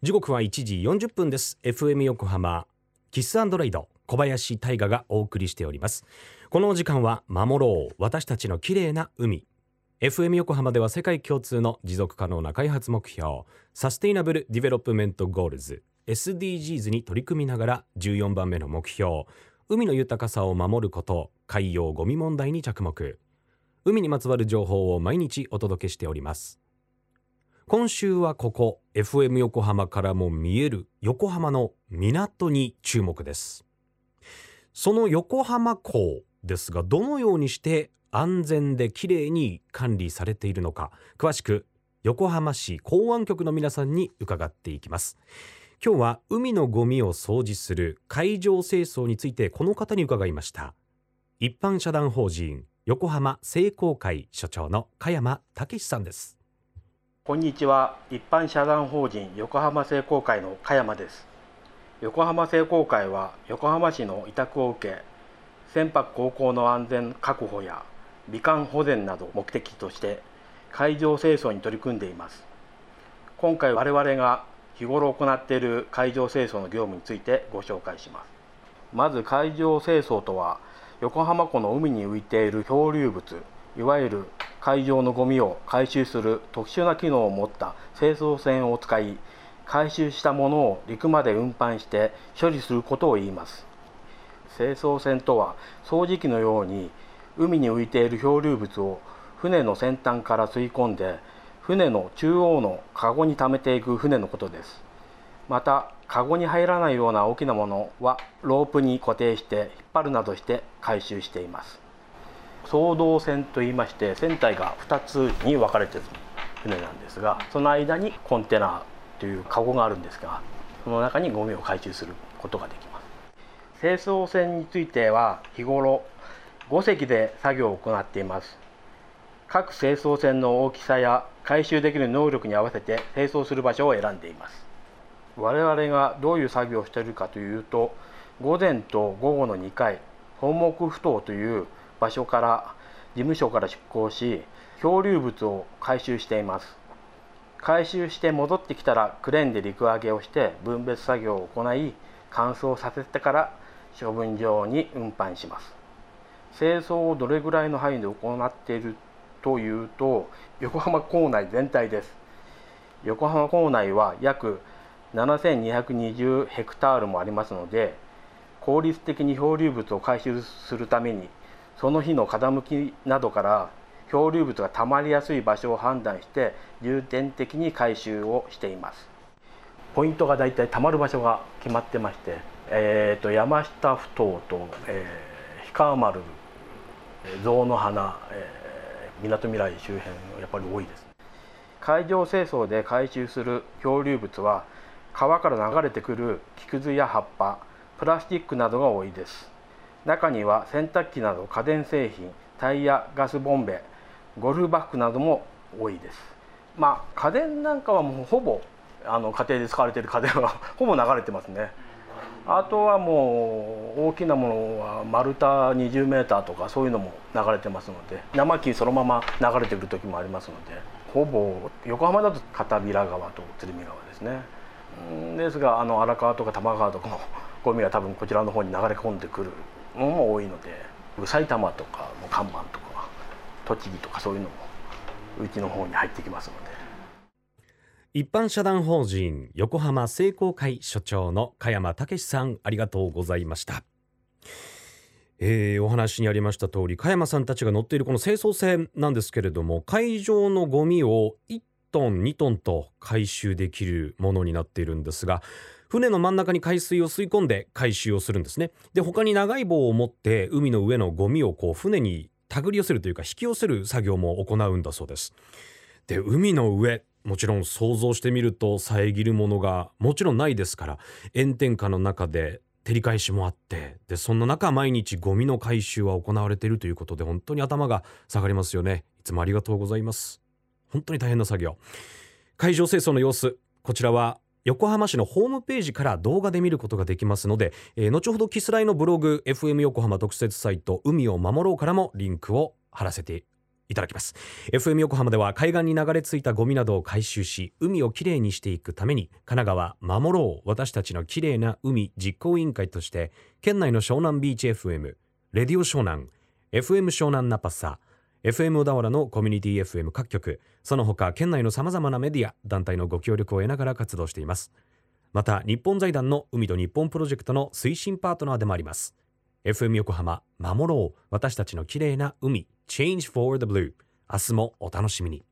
時刻は1時40分です。 FM 横浜キス&ライド、小林大賀がお送りしております。この時間は守ろう私たちの綺麗な海。 FM 横浜では世界共通の持続可能な開発目標サステイナブルディベロップメントゴールズ SDGs に取り組みながら、14番目の目標、海の豊かさを守ること、海洋ゴミ問題に着目。海にまつわる情報を毎日お届けしております。今週はここ FM 横浜からも見える横浜の港に注目です。その横浜港ですが、どのようにして安全できれいに管理されているのか、詳しく横浜市港湾局の皆さんに伺っていきます。今日は海のゴミを掃除する海上清掃についてこの方に伺いました。一般社団法人横浜聖光会所長の加山武さんです。 こんにちは。一般社団法人横浜聖光会の加山です。横浜聖光会は横浜市の委託を受け、船舶航行の安全確保や美観保全などを目的として海上清掃に取り組んでいます。今回我々が日頃行っている海上清掃の業務についてご紹介します。まず海上清掃とは、横浜湖の海に浮いている漂流物、いわゆる海上のゴミを回収する特殊な機能を持った清掃船を使い、回収したものを陸まで運搬して処理することを言います。清掃船とは、掃除機のように海に浮いている漂流物を船の先端から吸い込んで、船の中央のカゴに溜めていく船のことです。また、カゴに入らないような大きなものはロープに固定して引っ張るなどして回収しています。双胴船といいまして、船体が2つに分かれている船なんですが、その間にコンテナというカゴがあるんですが、その中にゴミを回収することができます。清掃船については日頃5隻で作業を行っています。各清掃船の大きさや回収できる能力に合わせて清掃する場所を選んでいます。我々がどういう作業をしているかというと、午前と午後の2回、本木埠頭という場所から事務所から出港し、漂流物を回収しています。回収して戻ってきたらクレーンで陸揚げをして分別作業を行い、乾燥させてから処分場に運搬します。清掃をどれぐらいの範囲で行っているというと、横浜港内全体です。横浜港内は約7220ヘクタールもありますので、効率的に漂流物を回収するために、その日の風向きなどから漂流物がたまりやすい場所を判断して重点的に回収をしています。ポイントがだいたいたまる場所が決まってまして、山下埠頭と、氷川丸、象の花、みなとみらい周辺やっぱり多いです。海上清掃で回収する漂流物は、川から流れてくる木くずや葉っぱ、プラスチックなどが多いです。中には洗濯機など家電製品、タイヤ、ガスボンベ、ゴルフバッグなども多いです。家電なんかはもうほぼ家庭で使われている家電はほぼ流れてますね。あとはもう大きなものは丸太20メーターとかそういうのも流れてますので、生木そのまま流れてくる時もありますので、ほぼ横浜だと片平川と鶴見川ですね。ですが荒川とか多摩川とかのゴミが多分こちらの方に流れ込んでくるのも多いので、埼玉とかの看板とか栃木とかそういうのもうちの方に入ってきますので。 一般社団法人横浜聖光会所長の加山武さん、ありがとうございました。お話にありました通り、加山さんたちが乗っているこの清掃船なんですけれども、海上のゴミを1トン2トンと回収できるものになっているんですが、船の真ん中に海水を吸い込んで回収をするんですね。で、他に長い棒を持って海の上のゴミを船に手繰り寄せるというか引き寄せる作業も行うんだそうです。で、海の上、もちろん想像してみると遮るものがもちろんないですから、炎天下の中で照り返しもあって、でそんな中毎日ゴミの回収は行われているということで、本当に頭が下がりますよね。いつもありがとうございます。本当に大変な作業。海上清掃の様子、こちらは横浜市のホームページから動画で見ることができますので、後ほどキスライのブログ FM 横浜特設サイト海を守ろうからもリンクを貼らせていただきます。 FM 横浜では海岸に流れ着いたゴミなどを回収し、海をきれいにしていくために、神奈川守ろう私たちのきれいな海実行委員会として、県内の湘南ビーチ FM、 レディオ湘南、 FM 湘南ナパサ、 FM 小田原のコミュニティ FM 各局、その他県内のさまざまなメディア団体のご協力を得ながら活動しています。また日本財団の海と日本プロジェクトの推進パートナーでもあります。 FM 横浜守ろう私たちのきれいな海 Change for the Blue、 明日もお楽しみに。